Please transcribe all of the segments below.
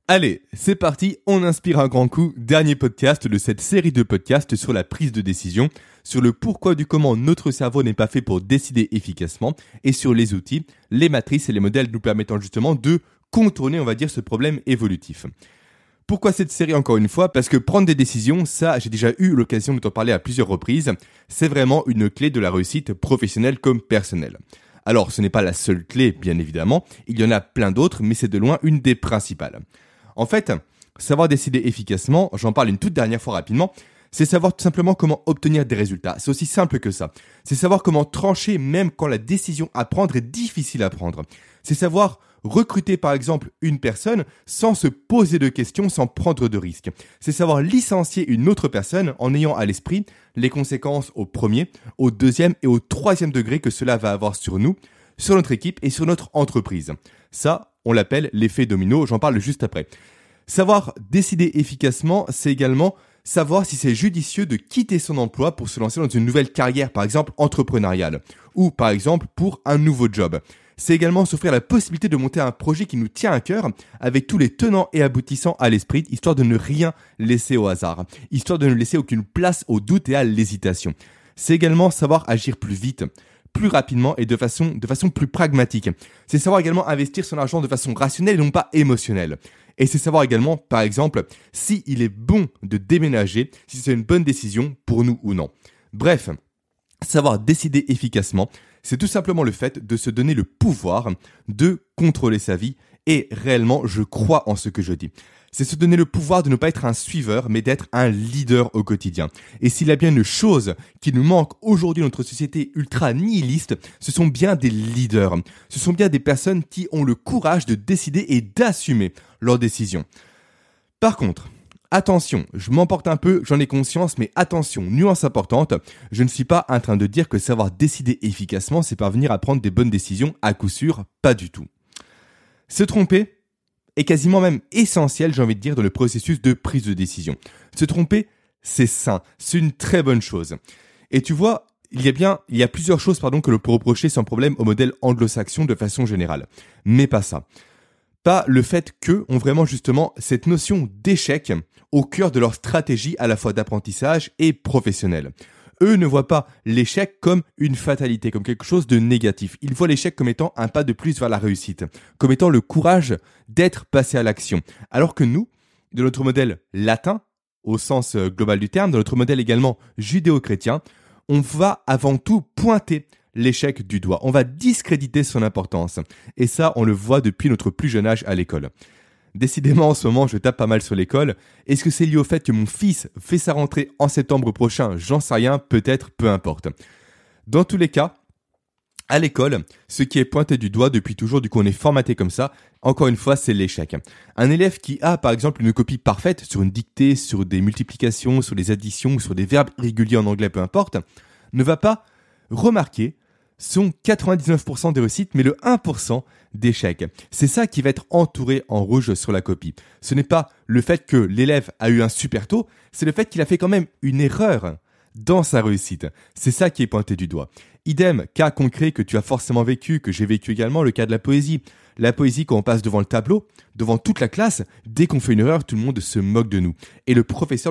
Allez, c'est parti, on inspire un grand coup. Dernier podcast de cette série de podcasts sur la prise de décision, sur le pourquoi du comment notre cerveau n'est pas fait pour décider efficacement et sur les outils, les matrices et les modèles nous permettant justement de contourner, on va dire, ce problème évolutif. Pourquoi cette série encore une fois ? Parce que prendre des décisions, ça, j'ai déjà eu l'occasion de t'en parler à plusieurs reprises, c'est vraiment une clé de la réussite professionnelle comme personnelle. Alors, ce n'est pas la seule clé, bien évidemment, il y en a plein d'autres, mais c'est de loin une des principales. En fait, savoir décider efficacement, j'en parle une toute dernière fois rapidement, c'est savoir tout simplement comment obtenir des résultats. C'est aussi simple que ça. C'est savoir comment trancher même quand la décision à prendre est difficile à prendre. C'est savoir recruter par exemple une personne sans se poser de questions, sans prendre de risques. C'est savoir licencier une autre personne en ayant à l'esprit les conséquences au premier, au deuxième et au troisième degré que cela va avoir sur nous, sur notre équipe et sur notre entreprise. Ça, on l'appelle l'effet domino, j'en parle juste après. Savoir décider efficacement, c'est également savoir si c'est judicieux de quitter son emploi pour se lancer dans une nouvelle carrière, par exemple entrepreneuriale, ou par exemple pour un nouveau job. C'est également s'offrir la possibilité de monter un projet qui nous tient à cœur, avec tous les tenants et aboutissants à l'esprit, histoire de ne rien laisser au hasard, histoire de ne laisser aucune place au doute et à l'hésitation. C'est également savoir agir plus vite, plus rapidement et de façon plus pragmatique. C'est savoir également investir son argent de façon rationnelle et non pas émotionnelle. Et c'est savoir également, par exemple, si il est bon de déménager, si c'est une bonne décision pour nous ou non. Bref, savoir décider efficacement, c'est tout simplement le fait de se donner le pouvoir de contrôler sa vie et réellement, je crois en ce que je dis. C'est se donner le pouvoir de ne pas être un suiveur, mais d'être un leader au quotidien. Et s'il y a bien une chose qui nous manque aujourd'hui dans notre société ultra nihiliste, ce sont bien des leaders. Ce sont bien des personnes qui ont le courage de décider et d'assumer leurs décisions. Par contre, attention, je m'emporte un peu, j'en ai conscience, mais attention, nuance importante, je ne suis pas en train de dire que savoir décider efficacement, c'est parvenir à prendre des bonnes décisions, à coup sûr, pas du tout. Se tromper est quasiment même essentiel, j'ai envie de dire, dans le processus de prise de décision. Se tromper, c'est sain, c'est une très bonne chose. Et tu vois, il y a plusieurs choses que l'on peut reprocher sans problème au modèle anglo-saxon de façon générale. Mais pas ça. Pas le fait qu'eux ont vraiment justement cette notion d'échec au cœur de leur stratégie à la fois d'apprentissage et professionnelle. Eux ne voient pas l'échec comme une fatalité, comme quelque chose de négatif. Ils voient l'échec comme étant un pas de plus vers la réussite, comme étant le courage d'être passé à l'action. Alors que nous, de notre modèle latin, au sens global du terme, de notre modèle également judéo-chrétien, on va avant tout pointer l'échec du doigt. On va discréditer son importance. Et ça, on le voit depuis notre plus jeune âge à l'école. Décidément, en ce moment, je tape pas mal sur l'école. Est-ce que c'est lié au fait que mon fils fait sa rentrée en septembre prochain ? J'en sais rien, peut-être, peu importe. Dans tous les cas, à l'école, ce qui est pointé du doigt depuis toujours, du coup on est formaté comme ça, encore une fois, c'est l'échec. Un élève qui a par exemple une copie parfaite sur une dictée, sur des multiplications, sur des additions ou sur des verbes réguliers en anglais, peu importe, ne va pas remarquer son 99% de réussite, mais le 1% d'échec. C'est ça qui va être entouré en rouge sur la copie. Ce n'est pas le fait que l'élève a eu un super taux, c'est le fait qu'il a fait quand même une erreur dans sa réussite. C'est ça qui est pointé du doigt. Idem, cas concret que tu as forcément vécu, que j'ai vécu également, le cas de la poésie. La poésie, quand on passe devant le tableau, devant toute la classe, dès qu'on fait une erreur, tout le monde se moque de nous. Et le professeur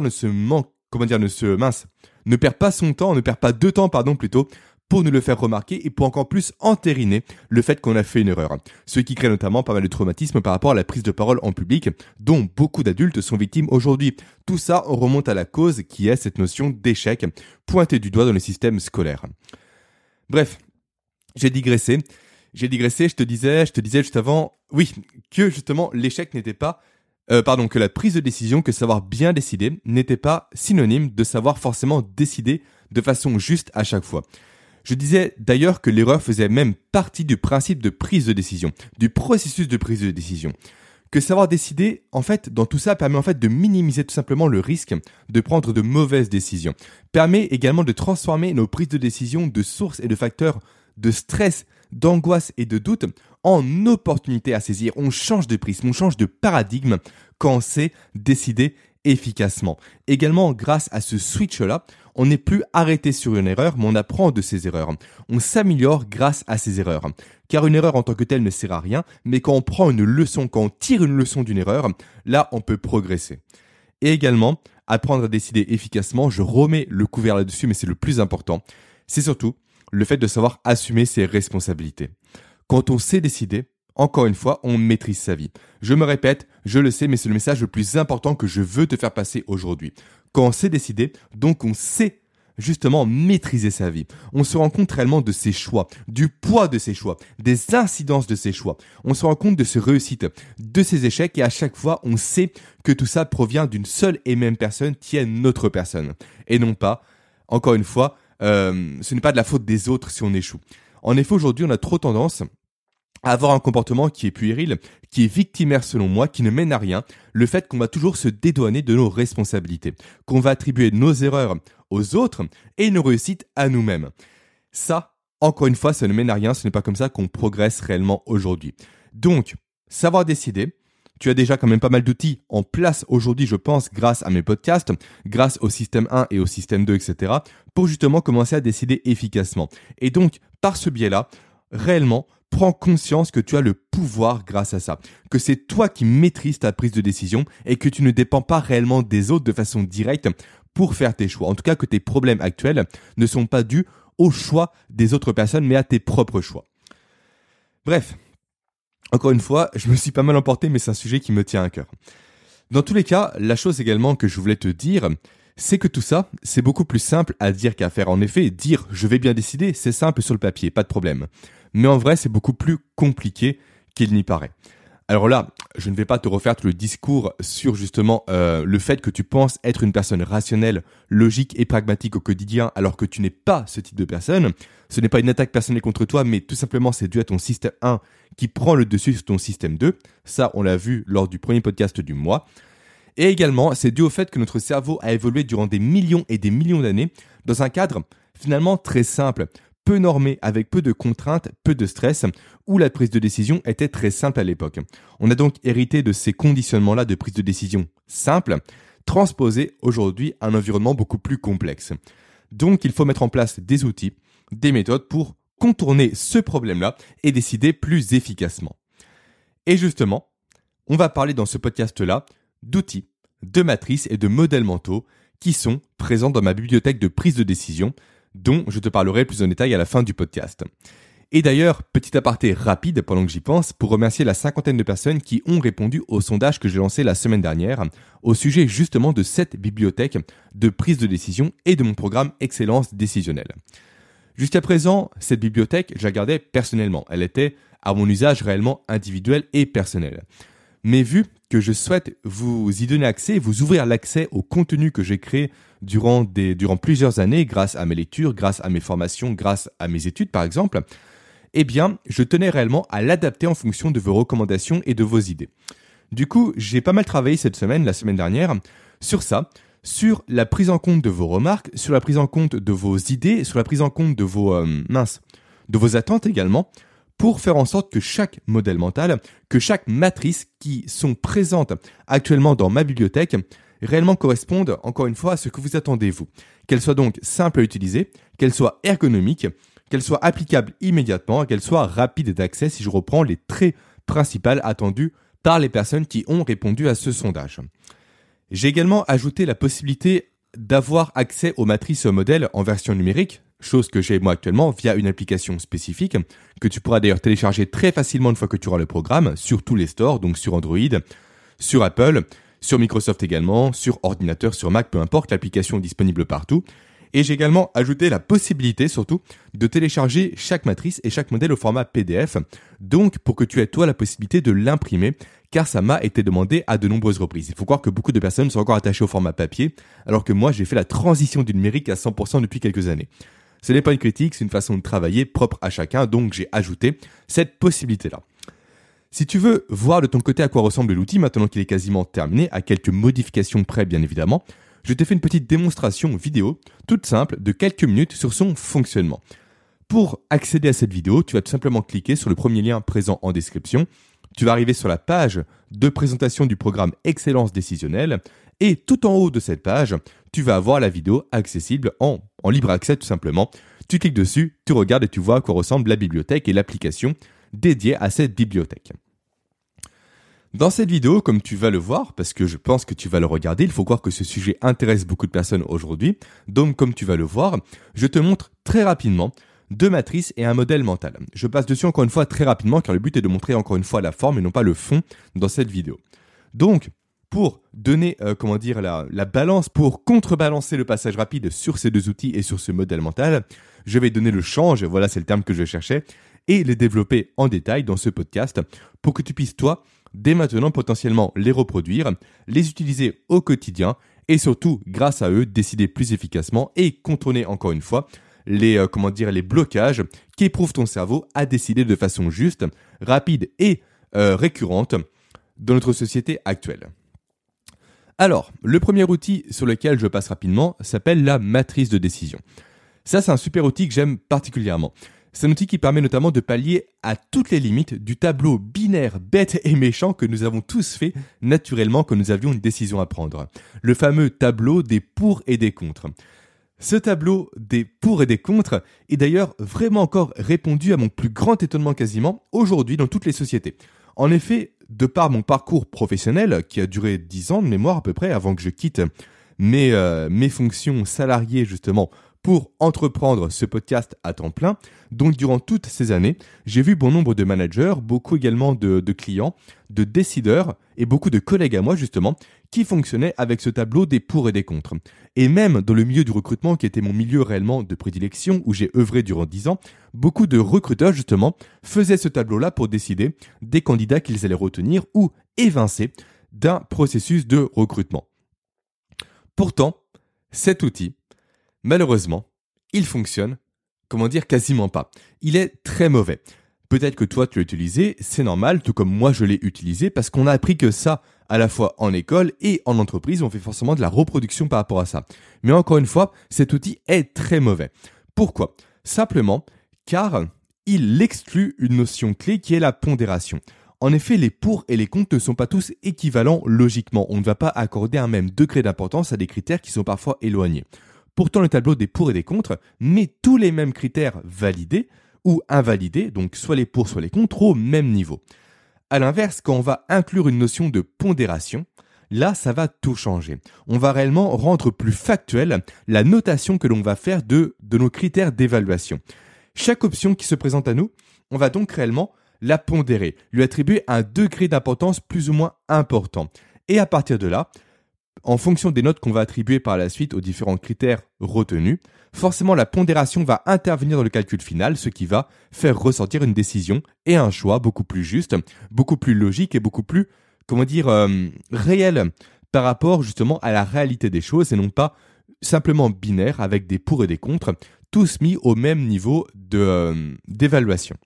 ne perd pas son temps, ne perd pas de temps, plutôt, pour nous le faire remarquer et pour encore plus entériner le fait qu'on a fait une erreur. Ce qui crée notamment pas mal de traumatismes par rapport à la prise de parole en public, dont beaucoup d'adultes sont victimes aujourd'hui. Tout ça, on remonte à la cause qui est cette notion d'échec, pointée du doigt dans le système scolaire. Bref, j'ai digressé, je te disais juste avant, oui, que justement l'échec n'était pas, que la prise de décision, que savoir bien décider, n'était pas synonyme de savoir forcément décider de façon juste à chaque fois. Je disais d'ailleurs que l'erreur faisait même partie du principe de prise de décision, du processus de prise de décision. Que savoir décider, en fait, dans tout ça, permet en fait de minimiser tout simplement le risque de prendre de mauvaises décisions. Permet également de transformer nos prises de décision de sources et de facteurs de stress, d'angoisse et de doute en opportunités à saisir. On change de prisme, on change de paradigme quand on sait décider efficacement. Également, grâce à ce switch-là, on n'est plus arrêté sur une erreur, mais on apprend de ses erreurs. On s'améliore grâce à ces erreurs. Car une erreur en tant que telle ne sert à rien, mais quand on prend une leçon, quand on tire une leçon d'une erreur, là, on peut progresser. Et également, apprendre à décider efficacement, je remets le couvert là-dessus, mais c'est le plus important. C'est surtout le fait de savoir assumer ses responsabilités. Quand on sait décider, encore une fois, on maîtrise sa vie. Je me répète, je le sais, mais c'est le message le plus important que je veux te faire passer aujourd'hui. Quand on sait décider, donc on sait justement maîtriser sa vie. On se rend compte réellement de ses choix, du poids de ses choix, des incidences de ses choix. On se rend compte de ses réussites, de ses échecs et à chaque fois, on sait que tout ça provient d'une seule et même personne qui est notre personne. Et non pas, encore une fois, ce n'est pas de la faute des autres si on échoue. En effet, aujourd'hui, on a trop tendance à avoir un comportement qui est puéril, qui est victimaire selon moi, qui ne mène à rien, le fait qu'on va toujours se dédouaner de nos responsabilités, qu'on va attribuer nos erreurs aux autres et nos réussites à nous-mêmes. Ça, encore une fois, ça ne mène à rien, ce n'est pas comme ça qu'on progresse réellement aujourd'hui. Donc, savoir décider, tu as déjà quand même pas mal d'outils en place aujourd'hui, je pense, grâce à mes podcasts, grâce au système 1 et au système 2, etc., pour justement commencer à décider efficacement. Et donc, par ce biais-là, réellement, prends conscience que tu as le pouvoir grâce à ça, que c'est toi qui maîtrises ta prise de décision et que tu ne dépends pas réellement des autres de façon directe pour faire tes choix. En tout cas, que tes problèmes actuels ne sont pas dus au choix des autres personnes, mais à tes propres choix. Bref, encore une fois, je me suis pas mal emporté, mais c'est un sujet qui me tient à cœur. Dans tous les cas, la chose également que je voulais te dire, c'est que tout ça, c'est beaucoup plus simple à dire qu'à faire. En effet, dire « je vais bien décider », c'est simple sur le papier, pas de problème. Mais en vrai, c'est beaucoup plus compliqué qu'il n'y paraît. Alors là, je ne vais pas te refaire tout le discours sur justement le fait que tu penses être une personne rationnelle, logique et pragmatique au quotidien alors que tu n'es pas ce type de personne. Ce n'est pas une attaque personnelle contre toi, mais tout simplement c'est dû à ton système 1 qui prend le dessus sur ton système 2. Ça, on l'a vu lors du premier podcast du mois. Et également, c'est dû au fait que notre cerveau a évolué durant des millions et des millions d'années dans un cadre finalement très simple, peu normé, avec peu de contraintes, peu de stress, où la prise de décision était très simple à l'époque. On a donc hérité de ces conditionnements-là de prise de décision simple, transposés aujourd'hui à un environnement beaucoup plus complexe. Donc, il faut mettre en place des outils, des méthodes pour contourner ce problème-là et décider plus efficacement. Et justement, on va parler dans ce podcast-là d'outils, de matrices et de modèles mentaux qui sont présents dans ma bibliothèque de prise de décision, dont je te parlerai plus en détail à la fin du podcast. Et d'ailleurs, petit aparté rapide pendant que j'y pense, pour remercier la 50aine de personnes qui ont répondu au sondage que j'ai lancé la semaine dernière, au sujet justement de cette bibliothèque de prise de décision et de mon programme Excellence décisionnelle. Jusqu'à présent, cette bibliothèque, je la gardais personnellement. Elle était à mon usage réellement individuel et personnel. Mais vu que je souhaite vous y donner accès, vous ouvrir l'accès au contenu que j'ai créé durant plusieurs années, grâce à mes lectures, grâce à mes formations, grâce à mes études par exemple, eh bien, je tenais réellement à l'adapter en fonction de vos recommandations et de vos idées. Du coup, j'ai pas mal travaillé la semaine dernière, sur ça, sur la prise en compte de vos remarques, sur la prise en compte de vos idées, sur la prise en compte de vos attentes également, pour faire en sorte que chaque modèle mental, que chaque matrice qui sont présentes actuellement dans ma bibliothèque réellement correspondent encore une fois à ce que vous attendez vous. Qu'elles soient donc simples à utiliser, qu'elles soient ergonomiques, qu'elles soient applicables immédiatement, qu'elles soient rapides d'accès si je reprends les traits principaux attendus par les personnes qui ont répondu à ce sondage. J'ai également ajouté la possibilité d'avoir accès aux matrices modèles en version numérique, chose que j'ai moi actuellement via une application spécifique que tu pourras d'ailleurs télécharger très facilement une fois que tu auras le programme sur tous les stores, donc sur Android, sur Apple, sur Microsoft également, sur ordinateur, sur Mac, peu importe, l'application est disponible partout. Et j'ai également ajouté la possibilité surtout de télécharger chaque matrice et chaque modèle au format PDF, donc pour que tu aies toi la possibilité de l'imprimer, car ça m'a été demandé à de nombreuses reprises. Il faut croire que beaucoup de personnes sont encore attachées au format papier, alors que moi j'ai fait la transition du numérique à 100% depuis quelques années. Ce n'est pas une critique, c'est une façon de travailler propre à chacun, donc j'ai ajouté cette possibilité-là. Si tu veux voir de ton côté à quoi ressemble l'outil, maintenant qu'il est quasiment terminé, à quelques modifications près bien évidemment, je t'ai fait une petite démonstration vidéo, toute simple, de quelques minutes sur son fonctionnement. Pour accéder à cette vidéo, tu vas tout simplement cliquer sur le premier lien présent en description. tu vas arriver sur la page de présentation du programme Excellence décisionnelle et tout en haut de cette page, tu vas avoir la vidéo accessible en libre accès tout simplement. Tu cliques dessus, tu regardes et tu vois à quoi ressemble la bibliothèque et l'application dédiée à cette bibliothèque. Dans cette vidéo, comme tu vas le voir, parce que je pense que tu vas le regarder, il faut croire que ce sujet intéresse beaucoup de personnes aujourd'hui. Donc, comme tu vas le voir, je te montre très rapidement deux matrices et un modèle mental. Je passe dessus encore une fois très rapidement car le but est de montrer encore une fois la forme et non pas le fond dans cette vidéo. Donc, pour donner la balance, pour contrebalancer le passage rapide sur ces deux outils et sur ce modèle mental, je vais donner le change, voilà c'est le terme que je cherchais, et les développer en détail dans ce podcast pour que tu puisses toi, dès maintenant potentiellement les reproduire, les utiliser au quotidien et surtout grâce à eux décider plus efficacement et contourner encore une fois les blocages qui éprouvent ton cerveau à décider de façon juste, rapide et récurrente dans notre société actuelle. Alors, le premier outil sur lequel je passe rapidement s'appelle la matrice de décision. Ça, c'est un super outil que j'aime particulièrement. C'est un outil qui permet notamment de pallier à toutes les limites du tableau binaire bête et méchant que nous avons tous fait naturellement quand nous avions une décision à prendre. Le fameux tableau des pour et des contre. Ce tableau des pour et des contre est d'ailleurs vraiment encore répondu à mon plus grand étonnement quasiment aujourd'hui dans toutes les sociétés. En effet, de par mon parcours professionnel qui a duré 10 ans de mémoire à peu près avant que je quitte mes fonctions salariées justement pour entreprendre ce podcast à temps plein. Donc durant toutes ces années, j'ai vu bon nombre de managers, beaucoup également de clients, de décideurs et beaucoup de collègues à moi justement qui fonctionnaient avec ce tableau des pour et des contre. Et même dans le milieu du recrutement qui était mon milieu réellement de prédilection où j'ai œuvré durant 10 ans, beaucoup de recruteurs justement faisaient ce tableau-là pour décider des candidats qu'ils allaient retenir ou évincer d'un processus de recrutement. Pourtant, cet outil, malheureusement, il fonctionne, quasiment pas. Il est très mauvais. Peut-être que toi tu l'as utilisé, c'est normal, tout comme moi je l'ai utilisé, parce qu'on a appris que ça, à la fois en école et en entreprise, on fait forcément de la reproduction par rapport à ça. Mais encore une fois, cet outil est très mauvais. Pourquoi ? Simplement car il exclut une notion clé qui est la pondération. En effet, les pour et les contre ne sont pas tous équivalents logiquement. On ne va pas accorder un même degré d'importance à des critères qui sont parfois éloignés. Pourtant, le tableau des pour et des contre met tous les mêmes critères validés ou invalidés, donc soit les pour, soit les contre, au même niveau. À l'inverse, quand on va inclure une notion de pondération, là, ça va tout changer. On va réellement rendre plus factuelle la notation que l'on va faire de nos critères d'évaluation. Chaque option qui se présente à nous, on va donc réellement la pondérer, lui attribuer un degré d'importance plus ou moins important. Et à partir de là, en fonction des notes qu'on va attribuer par la suite aux différents critères retenus, forcément la pondération va intervenir dans le calcul final, ce qui va faire ressortir une décision et un choix beaucoup plus juste, beaucoup plus logique et beaucoup plus, réel par rapport justement à la réalité des choses et non pas simplement binaire avec des pour et des contre, tous mis au même niveau d'évaluation.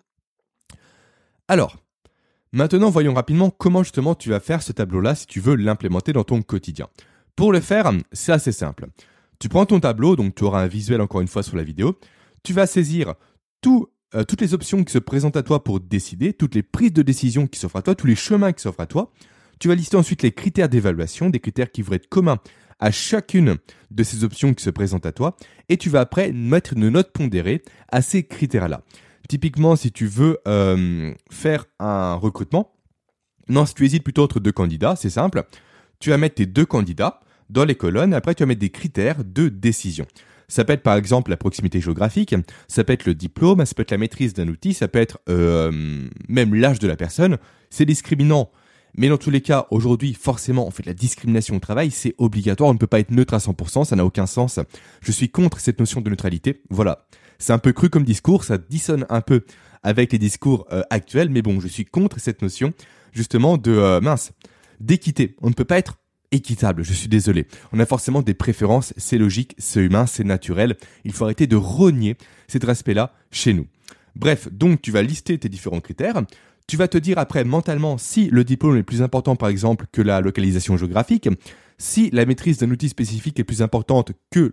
Alors, maintenant, voyons rapidement comment justement tu vas faire ce tableau-là si tu veux l'implémenter dans ton quotidien. Pour le faire, c'est assez simple. Tu prends ton tableau, donc tu auras un visuel encore une fois sur la vidéo. Tu vas saisir toutes les options qui se présentent à toi pour décider, toutes les prises de décision qui s'offrent à toi, tous les chemins qui s'offrent à toi. Tu vas lister ensuite les critères d'évaluation, des critères qui vont être communs à chacune de ces options qui se présentent à toi. Et tu vas après mettre une note pondérée à ces critères-là. Typiquement, si tu veux faire un recrutement, si tu hésites plutôt entre deux candidats, c'est simple. Tu vas mettre tes deux candidats dans les colonnes. Après, tu vas mettre des critères de décision. Ça peut être par exemple la proximité géographique, ça peut être le diplôme, ça peut être la maîtrise d'un outil, ça peut être même l'âge de la personne. C'est discriminant. Mais dans tous les cas, aujourd'hui, forcément, on fait de la discrimination au travail, c'est obligatoire, on ne peut pas être neutre à 100%, ça n'a aucun sens. Je suis contre cette notion de neutralité. Voilà. C'est un peu cru comme discours, ça dissonne un peu avec les discours actuels, mais bon, je suis contre cette notion, justement, d'équité. On ne peut pas être équitable, je suis désolé. On a forcément des préférences, c'est logique, c'est humain, c'est naturel. Il faut arrêter de rogner cet aspect-là chez nous. Bref, donc tu vas lister tes différents critères. Tu vas te dire après mentalement si le diplôme est plus important par exemple que la localisation géographique, si la maîtrise d'un outil spécifique est plus importante que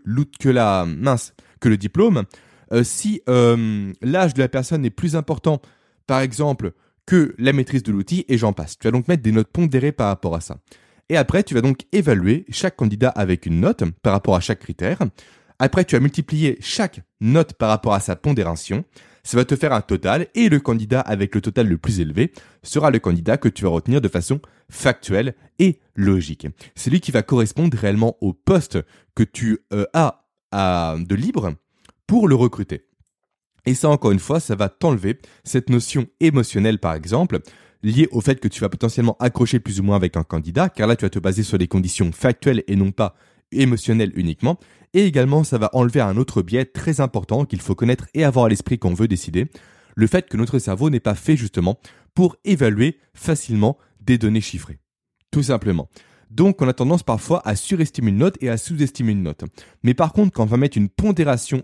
le diplôme, si l'âge de la personne est plus important par exemple que la maîtrise de l'outil et j'en passe. Tu vas donc mettre des notes pondérées par rapport à ça. Et après, tu vas donc évaluer chaque candidat avec une note par rapport à chaque critère. Après, tu vas multiplier chaque note par rapport à sa pondération. Ça va te faire un total et le candidat avec le total le plus élevé sera le candidat que tu vas retenir de façon factuelle et logique. C'est lui qui va correspondre réellement au poste que tu as de libre pour le recruter. Et ça, encore une fois, ça va t'enlever cette notion émotionnelle, par exemple, liée au fait que tu vas potentiellement accrocher plus ou moins avec un candidat, car là, tu vas te baser sur des conditions factuelles et non pas émotionnelles uniquement. Et également, ça va enlever un autre biais très important qu'il faut connaître et avoir à l'esprit quand on veut décider, le fait que notre cerveau n'est pas fait justement pour évaluer facilement des données chiffrées. Tout simplement. Donc, on a tendance parfois à surestimer une note et à sous-estimer une note. Mais par contre, quand on va mettre une pondération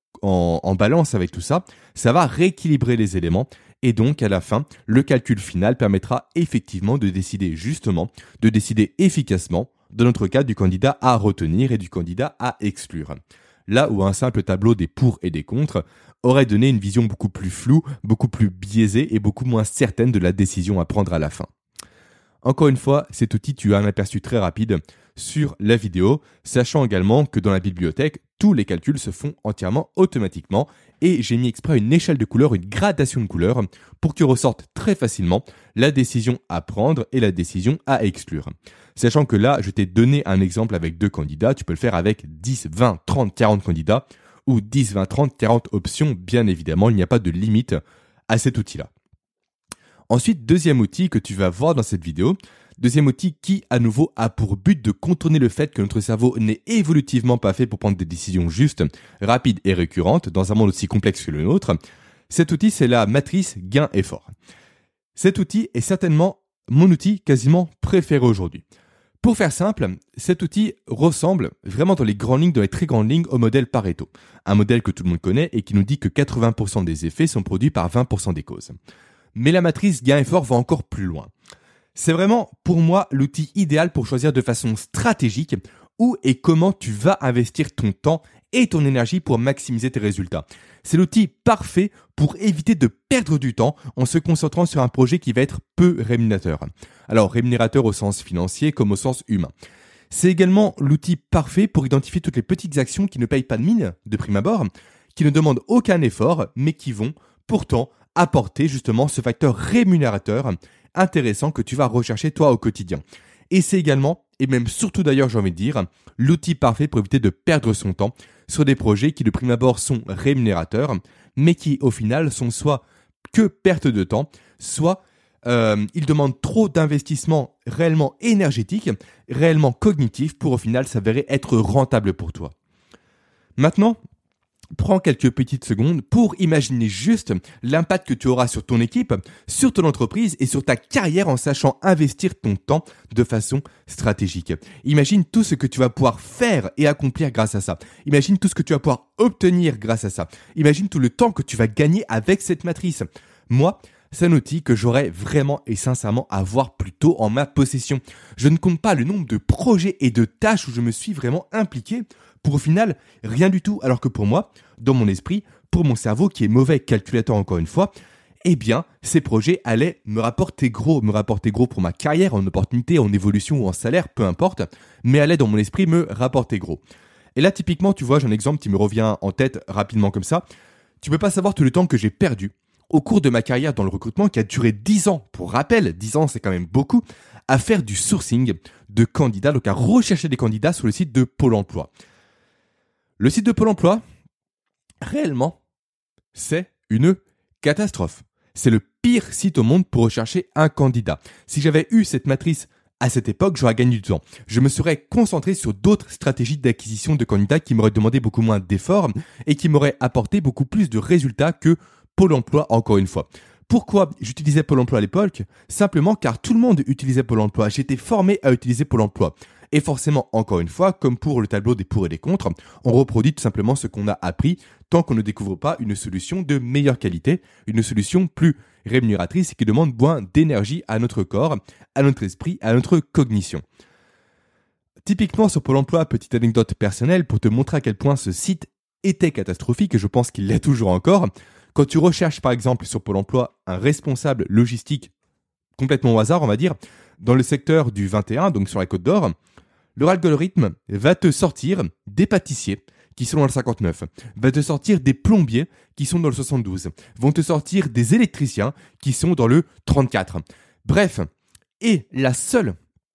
en balance avec tout ça, ça va rééquilibrer les éléments et donc à la fin, le calcul final permettra effectivement de décider justement, de décider efficacement, dans notre cas, du candidat à retenir et du candidat à exclure. Là où un simple tableau des pour et des contre aurait donné une vision beaucoup plus floue, beaucoup plus biaisée et beaucoup moins certaine de la décision à prendre à la fin. Encore une fois, cet outil, tu as un aperçu très rapide sur la vidéo, sachant également que dans la bibliothèque, tous les calculs se font entièrement automatiquement et j'ai mis exprès une échelle de couleurs, une gradation de couleurs pour que ressorte très facilement la décision à prendre et la décision à exclure. Sachant que là, je t'ai donné un exemple avec 2 candidats, tu peux le faire avec 10, 20, 30, 40 candidats ou 10, 20, 30, 40 options, bien évidemment, il n'y a pas de limite à cet outil-là. Ensuite, deuxième outil que tu vas voir dans cette vidéo, deuxième outil qui, à nouveau, a pour but de contourner le fait que notre cerveau n'est évolutivement pas fait pour prendre des décisions justes, rapides et récurrentes dans un monde aussi complexe que le nôtre. Cet outil, c'est la matrice gain-effort. Cet outil est certainement mon outil quasiment préféré aujourd'hui. Pour faire simple, cet outil ressemble vraiment dans les grandes lignes, dans les très grandes lignes, au modèle Pareto. Un modèle que tout le monde connaît et qui nous dit que 80% des effets sont produits par 20% des causes. Mais la matrice gain-effort va encore plus loin. C'est vraiment, pour moi, l'outil idéal pour choisir de façon stratégique où et comment tu vas investir ton temps et ton énergie pour maximiser tes résultats. C'est l'outil parfait pour éviter de perdre du temps en se concentrant sur un projet qui va être peu rémunérateur. Alors, rémunérateur au sens financier comme au sens humain. C'est également l'outil parfait pour identifier toutes les petites actions qui ne payent pas de mine de prime abord, qui ne demandent aucun effort, mais qui vont pourtant apporter justement ce facteur rémunérateur intéressant que tu vas rechercher toi au quotidien. Et c'est également, et même surtout d'ailleurs j'ai envie de dire, l'outil parfait pour éviter de perdre son temps sur des projets qui de prime abord sont rémunérateurs, mais qui au final sont soit que perte de temps, soit ils demandent trop d'investissement réellement énergétique, réellement cognitif pour au final s'avérer être rentable pour toi. Maintenant, prends quelques petites secondes pour imaginer juste l'impact que tu auras sur ton équipe, sur ton entreprise et sur ta carrière en sachant investir ton temps de façon stratégique. Imagine tout ce que tu vas pouvoir faire et accomplir grâce à ça. Imagine tout ce que tu vas pouvoir obtenir grâce à ça. Imagine tout le temps que tu vas gagner avec cette matrice. Moi, c'est un outil que j'aurais vraiment et sincèrement à avoir plutôt en ma possession. Je ne compte pas le nombre de projets et de tâches où je me suis vraiment impliqué pour au final rien du tout. Alors que pour moi, dans mon esprit, pour mon cerveau qui est mauvais calculateur encore une fois, eh bien, ces projets allaient me rapporter gros pour ma carrière, en opportunité, en évolution ou en salaire, peu importe, mais allaient dans mon esprit me rapporter gros. Et là, typiquement, tu vois, j'ai un exemple qui me revient en tête rapidement comme ça. Tu peux pas savoir tout le temps que j'ai perdu au cours de ma carrière dans le recrutement qui a duré 10 ans. Pour rappel, 10 ans, c'est quand même beaucoup, à faire du sourcing de candidats, donc à rechercher des candidats sur le site de Pôle emploi. Le site de Pôle emploi, réellement, c'est une catastrophe. C'est le pire site au monde pour rechercher un candidat. Si j'avais eu cette matrice à cette époque, j'aurais gagné du temps. Je me serais concentré sur d'autres stratégies d'acquisition de candidats qui m'auraient demandé beaucoup moins d'efforts et qui m'auraient apporté beaucoup plus de résultats que Pôle emploi, encore une fois. Pourquoi j'utilisais Pôle emploi à l'époque ? Simplement car tout le monde utilisait Pôle emploi. J'étais formé à utiliser Pôle emploi. Et forcément, encore une fois, comme pour le tableau des pour et des contre, on reproduit tout simplement ce qu'on a appris tant qu'on ne découvre pas une solution de meilleure qualité, une solution plus rémunératrice et qui demande moins d'énergie à notre corps, à notre esprit, à notre cognition. Typiquement sur Pôle emploi, petite anecdote personnelle pour te montrer à quel point ce site était catastrophique et je pense qu'il l'est toujours encore. Quand tu recherches par exemple sur Pôle emploi un responsable logistique complètement au hasard, on va dire, dans le secteur du 21, donc sur la Côte d'Or, leur algorithme va te sortir des pâtissiers qui sont dans le 59, va te sortir des plombiers qui sont dans le 72, vont te sortir des électriciens qui sont dans le 34. Bref, et la seule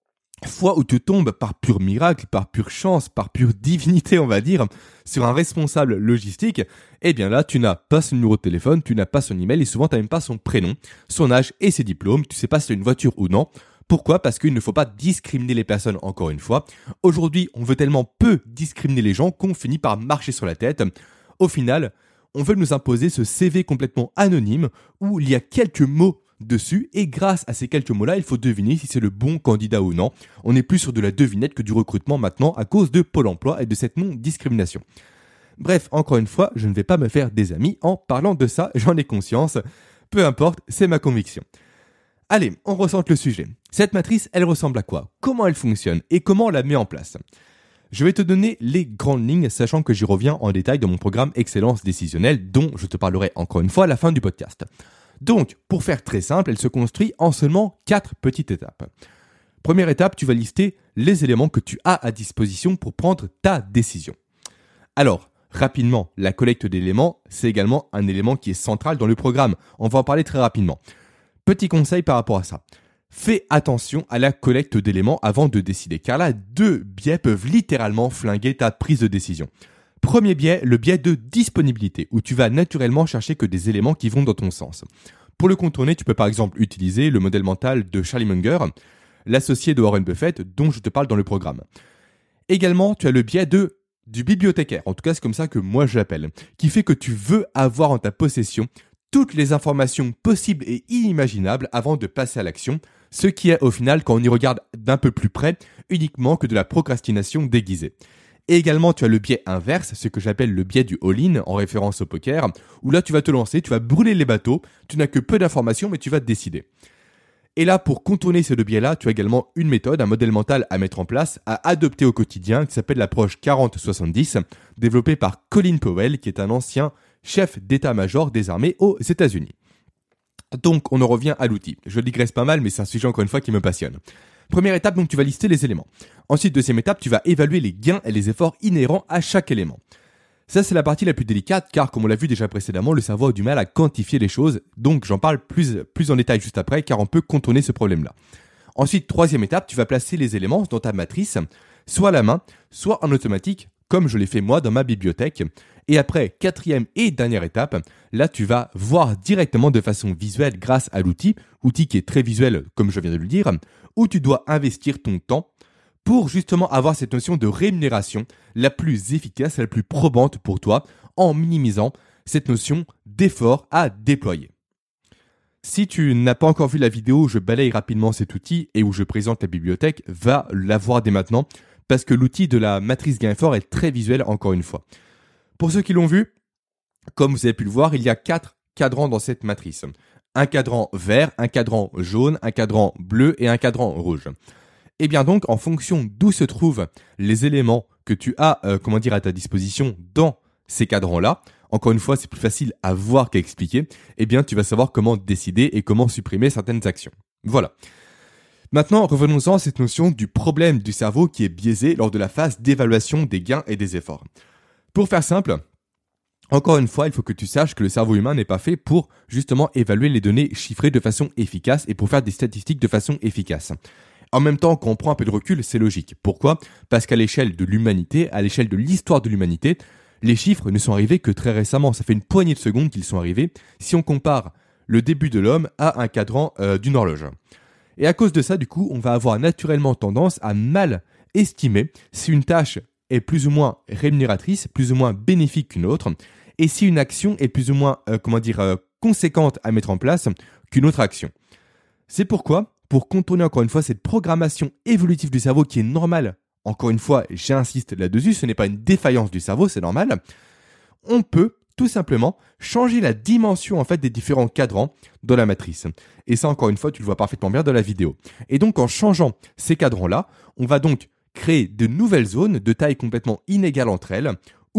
fois où tu tombes par pur miracle, par pure chance, par pure divinité, on va dire, sur un responsable logistique, eh bien là, tu n'as pas son numéro de téléphone, tu n'as pas son email et souvent tu n'as même pas son prénom, son âge et ses diplômes, tu sais pas si tu as une voiture ou non. Pourquoi ? Parce qu'il ne faut pas discriminer les personnes, encore une fois. Aujourd'hui, on veut tellement peu discriminer les gens qu'on finit par marcher sur la tête. Au final, on veut nous imposer ce CV complètement anonyme où il y a quelques mots dessus et grâce à ces quelques mots-là, il faut deviner si c'est le bon candidat ou non. On est plus sur de la devinette que du recrutement maintenant à cause de Pôle emploi et de cette non-discrimination. Bref, encore une fois, je ne vais pas me faire des amis en parlant de ça, j'en ai conscience. Peu importe, c'est ma conviction. Allez, on recentre le sujet. Cette matrice, elle ressemble à quoi ? Comment elle fonctionne et comment on la met en place ? Je vais te donner les grandes lignes, sachant que j'y reviens en détail dans mon programme Excellence décisionnelle, dont je te parlerai encore une fois à la fin du podcast. Donc, pour faire très simple, elle se construit en seulement 4 petites étapes. Première étape, tu vas lister les éléments que tu as à disposition pour prendre ta décision. Alors, rapidement, la collecte d'éléments, c'est également un élément qui est central dans le programme. On va en parler très rapidement. Petit conseil par rapport à ça. Fais attention à la collecte d'éléments avant de décider, car là, 2 biais peuvent littéralement flinguer ta prise de décision. Premier biais, le biais de disponibilité, où tu vas naturellement chercher que des éléments qui vont dans ton sens. Pour le contourner, tu peux par exemple utiliser le modèle mental de Charlie Munger, l'associé de Warren Buffett, dont je te parle dans le programme. Également, tu as le biais du bibliothécaire, en tout cas c'est comme ça que moi je l'appelle, qui fait que tu veux avoir en ta possession toutes les informations possibles et inimaginables avant de passer à l'action, ce qui est au final, quand on y regarde d'un peu plus près, uniquement que de la procrastination déguisée. Et également, tu as le biais inverse, ce que j'appelle le biais du all-in, en référence au poker, où là tu vas te lancer, tu vas brûler les bateaux, tu n'as que peu d'informations, mais tu vas te décider. Et là, pour contourner ces 2 biais-là, tu as également une méthode, un modèle mental à mettre en place, à adopter au quotidien, qui s'appelle l'approche 40-70, développée par Colin Powell, qui est un ancien chef d'état-major des armées aux États-Unis. Donc, on en revient à l'outil. Je digresse pas mal, mais c'est un sujet encore une fois qui me passionne. Première étape, donc tu vas lister les éléments. Ensuite, deuxième étape, tu vas évaluer les gains et les efforts inhérents à chaque élément. Ça, c'est la partie la plus délicate, car comme on l'a vu déjà précédemment, le cerveau a du mal à quantifier les choses, donc j'en parle plus en détail juste après, car on peut contourner ce problème-là. Ensuite, troisième étape, tu vas placer les éléments dans ta matrice, soit à la main, soit en automatique, comme je l'ai fait moi dans ma bibliothèque. Et après, quatrième et dernière étape, là tu vas voir directement de façon visuelle grâce à l'outil qui est très visuel comme je viens de le dire, où tu dois investir ton temps pour justement avoir cette notion de rémunération la plus efficace, la plus probante pour toi, en minimisant cette notion d'effort à déployer. Si tu n'as pas encore vu la vidéo où je balaye rapidement cet outil et où je présente la bibliothèque, va la voir dès maintenant, parce que l'outil de la matrice gain-effort est très visuel encore une fois. Pour ceux qui l'ont vu, comme vous avez pu le voir, il y a 4 cadrans dans cette matrice. Un cadran vert, un cadran jaune, un cadran bleu et un cadran rouge. Et bien donc, en fonction d'où se trouvent les éléments que tu as à ta disposition dans ces cadrans-là, encore une fois, c'est plus facile à voir qu'à expliquer, eh bien tu vas savoir comment décider et comment supprimer certaines actions. Voilà. Maintenant, revenons-en à cette notion du problème du cerveau qui est biaisé lors de la phase d'évaluation des gains et des efforts. Pour faire simple, encore une fois, il faut que tu saches que le cerveau humain n'est pas fait pour justement évaluer les données chiffrées de façon efficace et pour faire des statistiques de façon efficace. En même temps, quand on prend un peu de recul, c'est logique. Pourquoi ? Parce qu'à l'échelle de l'humanité, à l'échelle de l'histoire de l'humanité, les chiffres ne sont arrivés que très récemment. Ça fait une poignée de secondes qu'ils sont arrivés si on compare le début de l'homme à un cadran d'une horloge. Et à cause de ça, du coup, on va avoir naturellement tendance à mal estimer si une tâche est plus ou moins rémunératrice, plus ou moins bénéfique qu'une autre, et si une action est plus ou moins conséquente à mettre en place qu'une autre action. C'est pourquoi, pour contourner encore une fois cette programmation évolutive du cerveau qui est normale, encore une fois, j'insiste là-dessus, ce n'est pas une défaillance du cerveau, c'est normal, on peut tout simplement changer la dimension en fait des différents cadrans dans la matrice. Et ça, encore une fois, tu le vois parfaitement bien dans la vidéo. Et donc, en changeant ces cadrans-là, on va donc créer de nouvelles zones de taille complètement inégale entre elles, où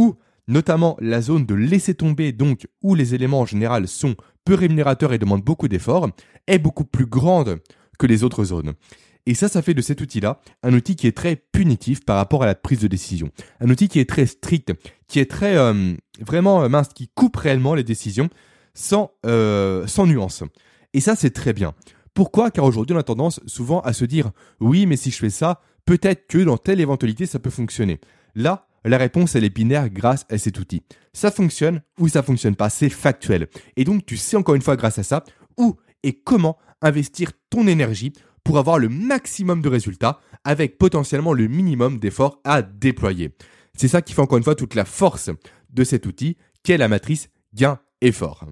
notamment la zone de laisser tomber, donc où les éléments en général sont peu rémunérateurs et demandent beaucoup d'efforts, est beaucoup plus grande que les autres zones. Et ça fait de cet outil-là un outil qui est très punitif par rapport à la prise de décision. Un outil qui est très strict, qui est très vraiment mince, qui coupe réellement les décisions sans nuance. Et ça, c'est très bien. Pourquoi ? Car aujourd'hui, on a tendance souvent à se dire « Oui, mais si je fais ça, peut-être que dans telle éventualité, ça peut fonctionner. » Là, la réponse, elle est binaire grâce à cet outil. Ça fonctionne ou ça fonctionne pas, c'est factuel. Et donc, tu sais encore une fois grâce à ça où et comment investir ton énergie pour avoir le maximum de résultats avec potentiellement le minimum d'efforts à déployer. C'est ça qui fait encore une fois toute la force de cet outil, qui est la matrice gain-effort.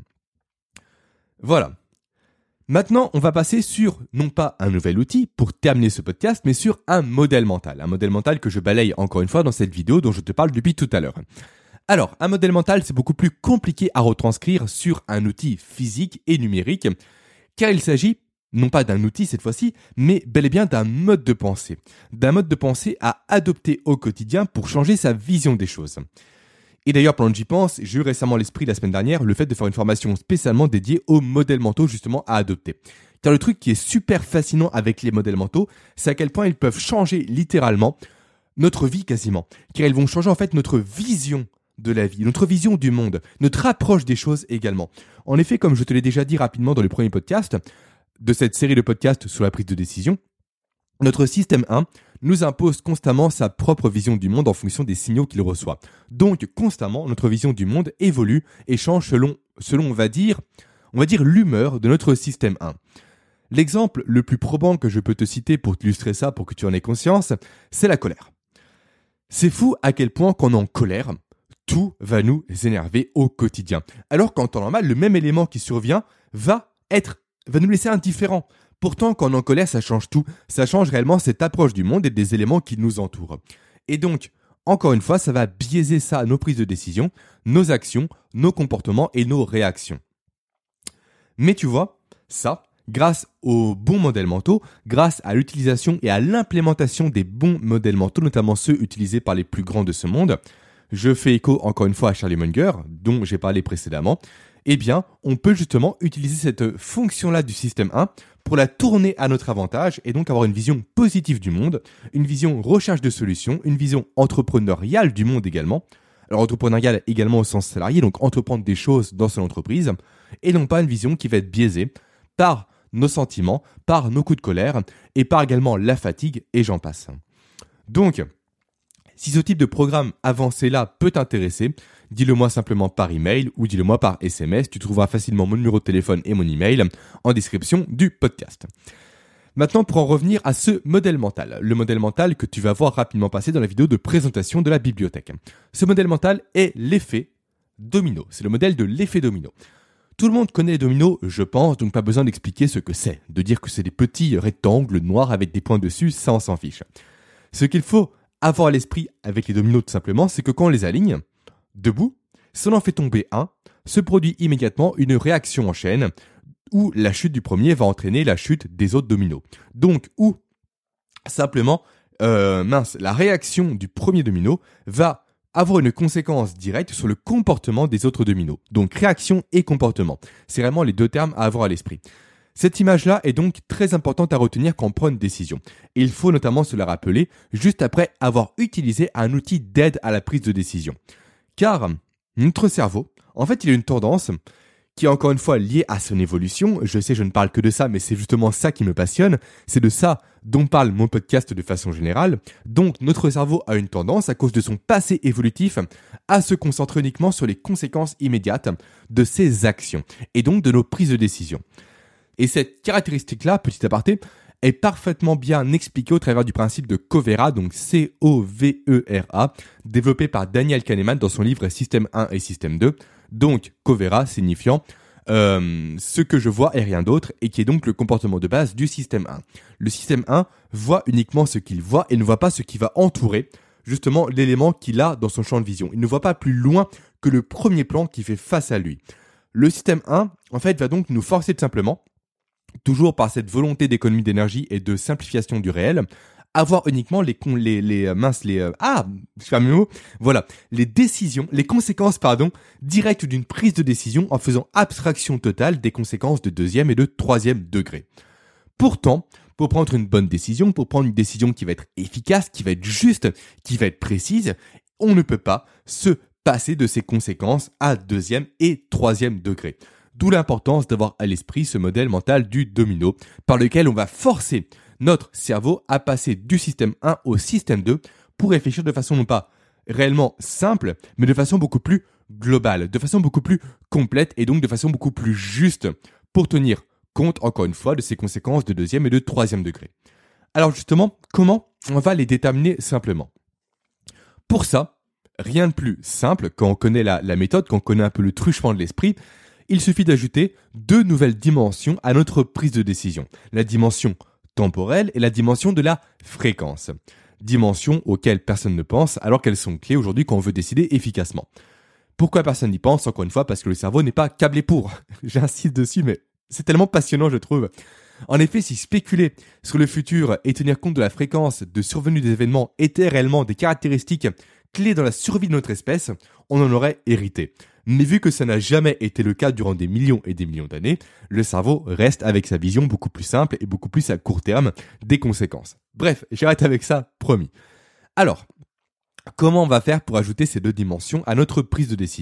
Voilà. Maintenant, on va passer sur, non pas un nouvel outil pour terminer ce podcast, mais sur un modèle mental. Un modèle mental que je balaye encore une fois dans cette vidéo dont je te parle depuis tout à l'heure. Alors, un modèle mental, c'est beaucoup plus compliqué à retranscrire sur un outil physique et numérique, car il s'agit non pas d'un outil cette fois-ci, mais bel et bien d'un mode de pensée. D'un mode de pensée à adopter au quotidien pour changer sa vision des choses. Et d'ailleurs, pendant que j'y pense, j'ai eu récemment l'esprit la semaine dernière, le fait de faire une formation spécialement dédiée aux modèles mentaux justement à adopter. Car le truc qui est super fascinant avec les modèles mentaux, c'est à quel point ils peuvent changer littéralement notre vie quasiment. Car ils vont changer en fait notre vision de la vie, notre vision du monde, notre approche des choses également. En effet, comme je te l'ai déjà dit rapidement dans le premier podcast, de cette série de podcasts sur la prise de décision, notre système 1 nous impose constamment sa propre vision du monde en fonction des signaux qu'il reçoit. Donc, constamment, notre vision du monde évolue et change selon on va dire l'humeur de notre système 1. L'exemple le plus probant que je peux te citer pour t'illustrer ça, pour que tu en aies conscience, c'est la colère. C'est fou à quel point quand on est en colère, tout va nous énerver au quotidien. Alors qu'en temps normal, le même élément qui survient va nous laisser indifférents. Pourtant, quand on est en colère, ça change tout. Ça change réellement cette approche du monde et des éléments qui nous entourent. Et donc, encore une fois, ça va biaiser ça, nos prises de décision, nos actions, nos comportements et nos réactions. Mais tu vois, ça, grâce aux bons modèles mentaux, grâce à l'utilisation et à l'implémentation des bons modèles mentaux, notamment ceux utilisés par les plus grands de ce monde, je fais écho encore une fois à Charlie Munger, dont j'ai parlé précédemment, eh bien, on peut justement utiliser cette fonction-là du système 1 pour la tourner à notre avantage et donc avoir une vision positive du monde, une vision recherche de solutions, une vision entrepreneuriale du monde également. Alors entrepreneuriale également au sens salarié, donc entreprendre des choses dans son entreprise, et non pas une vision qui va être biaisée par nos sentiments, par nos coups de colère et par également la fatigue et j'en passe. Donc, si ce type de programme avancé-là peut t'intéresser, dis-le moi simplement par email ou dis-le moi par SMS. Tu trouveras facilement mon numéro de téléphone et mon email en description du podcast. Maintenant, pour en revenir à ce modèle mental. Le modèle mental que tu vas voir rapidement passer dans la vidéo de présentation de la bibliothèque. Ce modèle mental est l'effet domino. C'est le modèle de l'effet domino. Tout le monde connaît les dominos, je pense, donc pas besoin d'expliquer ce que c'est. De dire que c'est des petits rectangles noirs avec des points dessus, ça on s'en fiche. Ce qu'il faut avoir à l'esprit avec les dominos tout simplement, c'est que quand on les aligne, debout, si on en fait tomber un, se produit immédiatement une réaction en chaîne où la chute du premier va entraîner la chute des autres dominos. Donc, où simplement, la réaction du premier domino va avoir une conséquence directe sur le comportement des autres dominos. Donc, réaction et comportement. C'est vraiment les deux termes à avoir à l'esprit. Cette image-là est donc très importante à retenir quand on prend une décision. Et il faut notamment se la rappeler juste après avoir utilisé un outil d'aide à la prise de décision. Car notre cerveau, en fait, il a une tendance qui est encore une fois liée à son évolution. Je sais, je ne parle que de ça, mais c'est justement ça qui me passionne. C'est de ça dont parle mon podcast de façon générale. Donc, notre cerveau a une tendance, à cause de son passé évolutif, à se concentrer uniquement sur les conséquences immédiates de ses actions et donc de nos prises de décision. Et cette caractéristique-là, petit aparté, est parfaitement bien expliquée au travers du principe de Covera, donc C-O-V-E-R-A, développé par Daniel Kahneman dans son livre Système 1 et Système 2. Donc, Covera signifiant ce que je vois et rien d'autre, et qui est donc le comportement de base du système 1. Le système 1 voit uniquement ce qu'il voit et ne voit pas ce qui va entourer justement l'élément qu'il a dans son champ de vision. Il ne voit pas plus loin que le premier plan qui fait face à lui. Le système 1, en fait, va donc nous forcer tout simplement, toujours par cette volonté d'économie d'énergie et de simplification du réel, avoir uniquement les conséquences directes d'une prise de décision en faisant abstraction totale des conséquences de deuxième et de troisième degré. Pourtant, pour prendre une bonne décision, pour prendre une décision qui va être efficace, qui va être juste, qui va être précise, on ne peut pas se passer de ces conséquences à deuxième et troisième degré. D'où l'importance d'avoir à l'esprit ce modèle mental du domino, par lequel on va forcer notre cerveau à passer du système 1 au système 2 pour réfléchir de façon non pas réellement simple, mais de façon beaucoup plus globale, de façon beaucoup plus complète et donc de façon beaucoup plus juste pour tenir compte, encore une fois, de ces conséquences de deuxième et de troisième degré. Alors justement, comment on va les déterminer simplement ? Pour ça, rien de plus simple, quand on connaît la méthode, quand on connaît un peu le truchement de l'esprit, il suffit d'ajouter 2 nouvelles dimensions à notre prise de décision. La dimension temporelle et la dimension de la fréquence. Dimensions auxquelles personne ne pense alors qu'elles sont clés aujourd'hui quand on veut décider efficacement. Pourquoi personne n'y pense ? Encore une fois, parce que le cerveau n'est pas câblé pour. J'insiste dessus, mais c'est tellement passionnant, je trouve. En effet, si spéculer sur le futur et tenir compte de la fréquence de survenue des événements étaient réellement des caractéristiques clés dans la survie de notre espèce, on en aurait hérité. Mais vu que ça n'a jamais été le cas durant des millions et des millions d'années, le cerveau reste avec sa vision beaucoup plus simple et beaucoup plus à court terme des conséquences. Bref, j'arrête avec ça, promis. Alors, comment on va faire pour ajouter ces 2 dimensions à notre prise de décision ?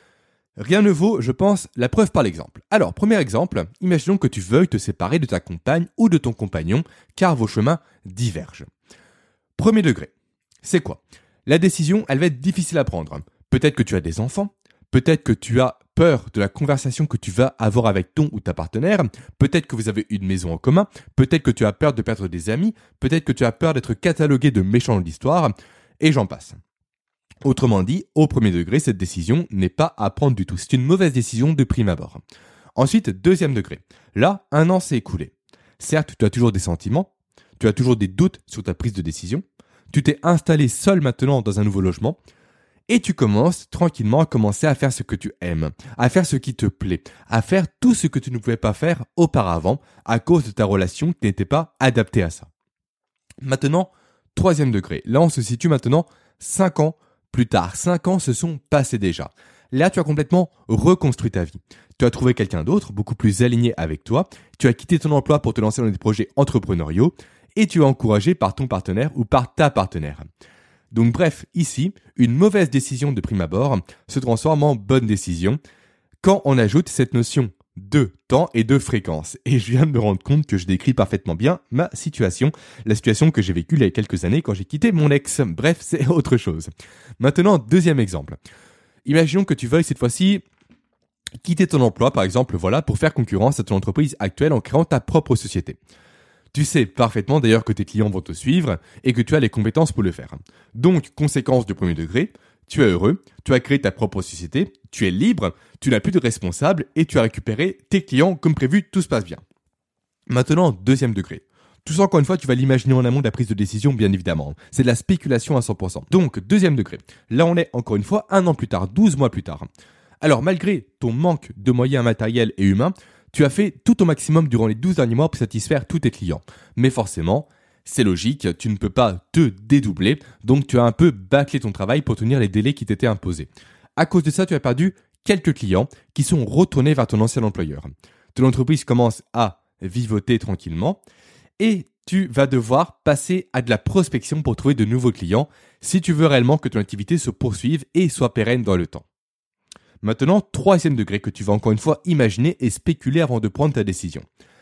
Rien ne vaut, je pense, la preuve par l'exemple. Alors, premier exemple, imaginons que tu veuilles te séparer de ta compagne ou de ton compagnon, car vos chemins divergent. Premier degré, c'est quoi ? La décision, elle va être difficile à prendre. Peut-être que tu as des enfants, peut-être que tu as peur de la conversation que tu vas avoir avec ton ou ta partenaire, peut-être que vous avez une maison en commun, peut-être que tu as peur de perdre des amis, peut-être que tu as peur d'être catalogué de méchant de l'histoire, et j'en passe. Autrement dit, au premier degré, cette décision n'est pas à prendre du tout. C'est une mauvaise décision de prime abord. Ensuite, deuxième degré. Là, 1 an s'est écoulé. Certes, tu as toujours des sentiments, tu as toujours des doutes sur ta prise de décision, tu t'es installé seul maintenant dans un nouveau logement, et tu commences tranquillement à commencer à faire ce que tu aimes, à faire ce qui te plaît, à faire tout ce que tu ne pouvais pas faire auparavant à cause de ta relation qui n'était pas adaptée à ça. Maintenant, troisième degré. Là, on se situe maintenant 5 ans plus tard. 5 ans se sont passés déjà. Là, tu as complètement reconstruit ta vie. Tu as trouvé quelqu'un d'autre, beaucoup plus aligné avec toi. Tu as quitté ton emploi pour te lancer dans des projets entrepreneuriaux et tu es encouragé par ton partenaire ou par ta partenaire. Donc bref, ici, une mauvaise décision de prime abord se transforme en bonne décision quand on ajoute cette notion de temps et de fréquence. Et je viens de me rendre compte que je décris parfaitement bien ma situation, la situation que j'ai vécue il y a quelques années quand j'ai quitté mon ex. Bref, c'est autre chose. Maintenant, deuxième exemple. Imaginons que tu veuilles cette fois-ci quitter ton emploi, par exemple, pour faire concurrence à ton entreprise actuelle en créant ta propre société. Tu sais parfaitement d'ailleurs que tes clients vont te suivre et que tu as les compétences pour le faire. Donc, conséquence du premier degré, tu es heureux, tu as créé ta propre société, tu es libre, tu n'as plus de responsable et tu as récupéré tes clients comme prévu, tout se passe bien. Maintenant, deuxième degré. Tout ça, encore une fois, tu vas l'imaginer en amont de la prise de décision, bien évidemment. C'est de la spéculation à 100%. Donc, deuxième degré. Là, on est, encore une fois, 1 an plus tard, 12 mois plus tard. Alors, malgré ton manque de moyens matériels et humains, tu as fait tout au maximum durant les 12 derniers mois pour satisfaire tous tes clients. Mais forcément, c'est logique, tu ne peux pas te dédoubler, donc tu as un peu bâclé ton travail pour tenir les délais qui t'étaient imposés. À cause de ça, tu as perdu quelques clients qui sont retournés vers ton ancien employeur. Ton entreprise commence à vivoter tranquillement et tu vas devoir passer à de la prospection pour trouver de nouveaux clients si tu veux réellement que ton activité se poursuive et soit pérenne dans le temps. Maintenant, troisième degré que tu vas encore une fois imaginer et spéculer avant de prendre ta décision.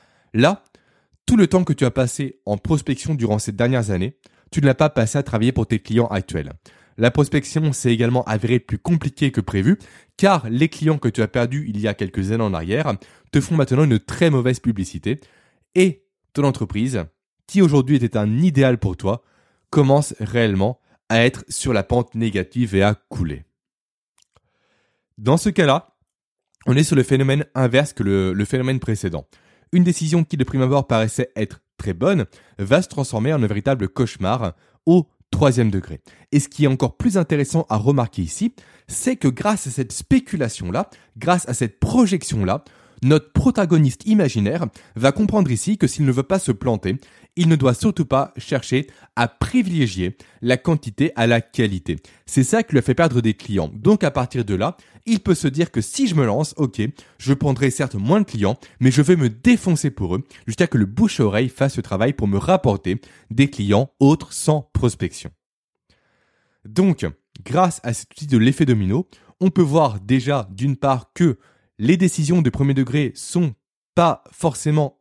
Là, tout le temps que tu as passé en prospection durant ces dernières années, tu ne l'as pas passé à travailler pour tes clients actuels. La prospection s'est également avérée plus compliquée que prévu, car les clients que tu as perdus il y a quelques années en arrière te font maintenant une très mauvaise publicité, et ton entreprise, qui aujourd'hui était un idéal pour toi, commence réellement à être sur la pente négative et à couler. Dans ce cas-là, on est sur le phénomène inverse que le phénomène précédent. Une décision qui de prime abord paraissait être très bonne va se transformer en un véritable cauchemar au troisième degré. Et ce qui est encore plus intéressant à remarquer ici, c'est que grâce à cette spéculation-là, grâce à cette projection-là, Notre protagoniste imaginaire va comprendre ici que s'il ne veut pas se planter, il ne doit surtout pas chercher à privilégier la quantité à la qualité. C'est ça qui lui a fait perdre des clients. Donc à partir de là, il peut se dire que si je me lance, ok, je prendrai certes moins de clients, mais je vais me défoncer pour eux jusqu'à que le bouche-oreille fasse le travail pour me rapporter des clients autres sans prospection. Donc, grâce à cet outil de l'effet domino, on peut voir déjà d'une part que les décisions de premier degré sont pas forcément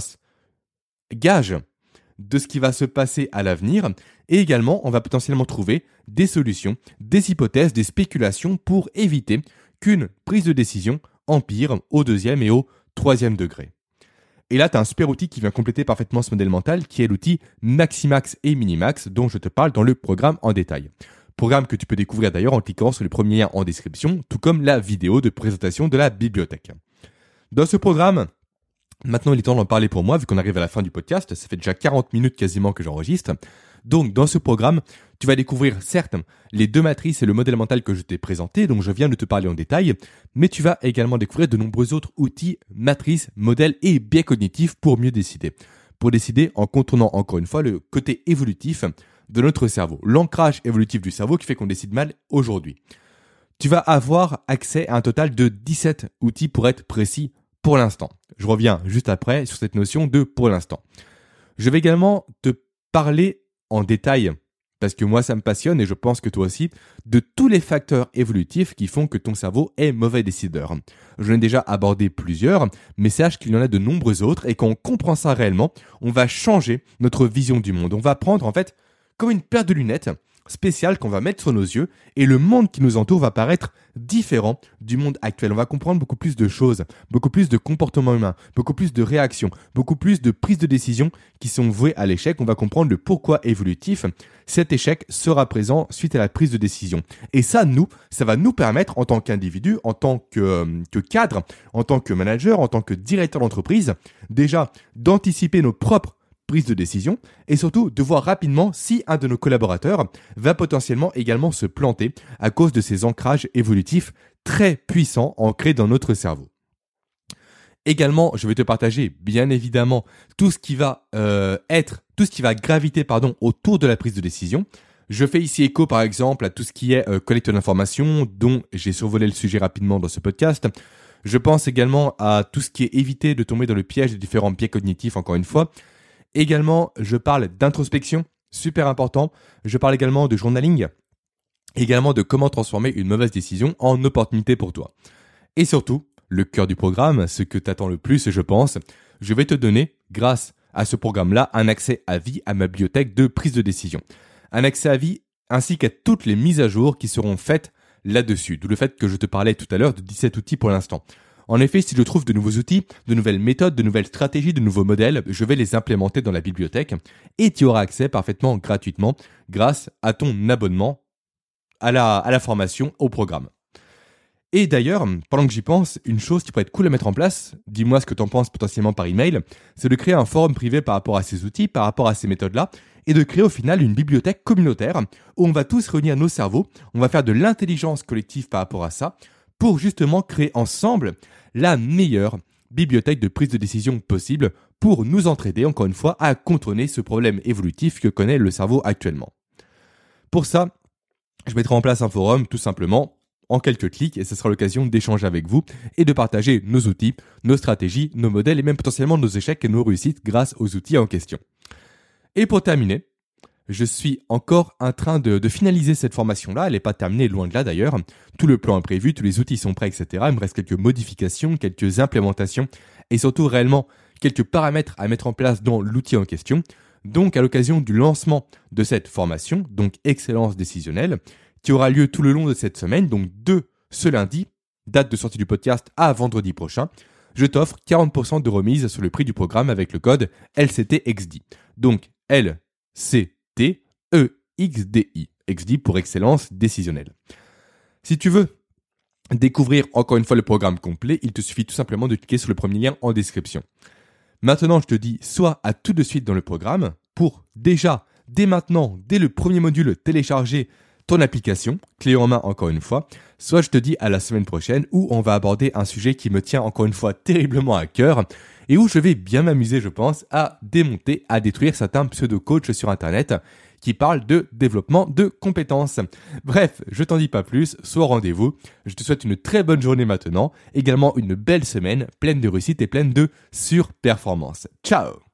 gages de ce qui va se passer à l'avenir, et également on va potentiellement trouver des solutions, des hypothèses, des spéculations pour éviter qu'une prise de décision empire au deuxième et au troisième degré. Et là, tu as un super outil qui vient compléter parfaitement ce modèle mental, qui est l'outil Maximax et Minimax, dont je te parle dans le programme en détail. Programme que tu peux découvrir d'ailleurs en cliquant sur le premier lien en description, tout comme la vidéo de présentation de la bibliothèque. Dans ce programme, maintenant il est temps d'en parler pour moi, vu qu'on arrive à la fin du podcast, ça fait déjà 40 minutes quasiment que j'enregistre. Donc dans ce programme, tu vas découvrir certes les deux matrices et le modèle mental que je t'ai présenté, donc je viens de te parler en détail, mais tu vas également découvrir de nombreux autres outils, matrices, modèles et biais cognitifs pour mieux décider. Pour décider en contournant encore une fois le côté évolutif de notre cerveau, l'ancrage évolutif du cerveau qui fait qu'on décide mal aujourd'hui. Tu vas avoir accès à un total de 17 outils pour être précis pour l'instant. Je reviens juste après sur cette notion de pour l'instant. Je vais également te parler en détail, parce que moi ça me passionne et je pense que toi aussi, de tous les facteurs évolutifs qui font que ton cerveau est mauvais décideur. Je l'ai déjà abordé plusieurs, mais sache qu'il y en a de nombreux autres et quand on comprend ça réellement, on va changer notre vision du monde. On va prendre en fait comme une paire de lunettes spéciales qu'on va mettre sur nos yeux et le monde qui nous entoure va paraître différent du monde actuel. On va comprendre beaucoup plus de choses, beaucoup plus de comportements humains, beaucoup plus de réactions, beaucoup plus de prises de décision qui sont vouées à l'échec. On va comprendre le pourquoi évolutif cet échec sera présent suite à la prise de décision. Et ça va nous permettre en tant qu'individu, en tant que cadre, en tant que manager, en tant que directeur d'entreprise, déjà d'anticiper nos propres prise de décision et surtout de voir rapidement si un de nos collaborateurs va potentiellement également se planter à cause de ces ancrages évolutifs très puissants ancrés dans notre cerveau. Également, je vais te partager bien évidemment tout ce qui va graviter autour de la prise de décision. Je fais ici écho par exemple à tout ce qui est collecte d'informations dont j'ai survolé le sujet rapidement dans ce podcast. Je pense également à tout ce qui est éviter de tomber dans le piège des différents biais cognitifs encore une fois. Également, je parle d'introspection, super important. Je parle également de journaling, également de comment transformer une mauvaise décision en opportunité pour toi. Et surtout, le cœur du programme, ce que t'attends le plus, je pense, je vais te donner, grâce à ce programme-là, un accès à vie à ma bibliothèque de prise de décision. Un accès à vie ainsi qu'à toutes les mises à jour qui seront faites là-dessus. D'où le fait que je te parlais tout à l'heure de 17 outils pour l'instant. En effet, si je trouve de nouveaux outils, de nouvelles méthodes, de nouvelles stratégies, de nouveaux modèles, je vais les implémenter dans la bibliothèque et tu auras accès parfaitement gratuitement grâce à ton abonnement à la formation au programme. Et d'ailleurs, pendant que j'y pense, une chose qui pourrait être cool à mettre en place, dis-moi ce que tu en penses potentiellement par email, c'est de créer un forum privé par rapport à ces outils, par rapport à ces méthodes-là, et de créer au final une bibliothèque communautaire où on va tous réunir nos cerveaux, on va faire de l'intelligence collective par rapport à ça, pour justement créer ensemble la meilleure bibliothèque de prise de décision possible pour nous entraider, encore une fois, à contourner ce problème évolutif que connaît le cerveau actuellement. Pour ça, je mettrai en place un forum, tout simplement, en quelques clics, et ce sera l'occasion d'échanger avec vous et de partager nos outils, nos stratégies, nos modèles et même potentiellement nos échecs et nos réussites grâce aux outils en question. Et pour terminer, je suis encore en train de finaliser cette formation-là. Elle n'est pas terminée, loin de là d'ailleurs. Tout le plan est prévu, tous les outils sont prêts, etc. Il me reste quelques modifications, quelques implémentations et surtout réellement quelques paramètres à mettre en place dans l'outil en question. Donc à l'occasion du lancement de cette formation, donc Excellence décisionnelle, qui aura lieu tout le long de cette semaine, donc de ce lundi, date de sortie du podcast à vendredi prochain, je t'offre 40% de remise sur le prix du programme avec le code LCTXD. Donc LCTEXDI, XD pour excellence décisionnelle. Si tu veux découvrir encore une fois le programme complet, il te suffit tout simplement de cliquer sur le premier lien en description. Maintenant, je te dis soit à tout de suite dans le programme pour déjà, dès maintenant, dès le premier module télécharger ton application, clé en main encore une fois, soit je te dis à la semaine prochaine où on va aborder un sujet qui me tient encore une fois terriblement à cœur et où je vais bien m'amuser, je pense, à démonter, à détruire certains pseudo-coachs sur Internet qui parlent de développement de compétences. Bref, je t'en dis pas plus, sois au rendez-vous. Je te souhaite une très bonne journée maintenant, également une belle semaine pleine de réussite et pleine de surperformance. Ciao!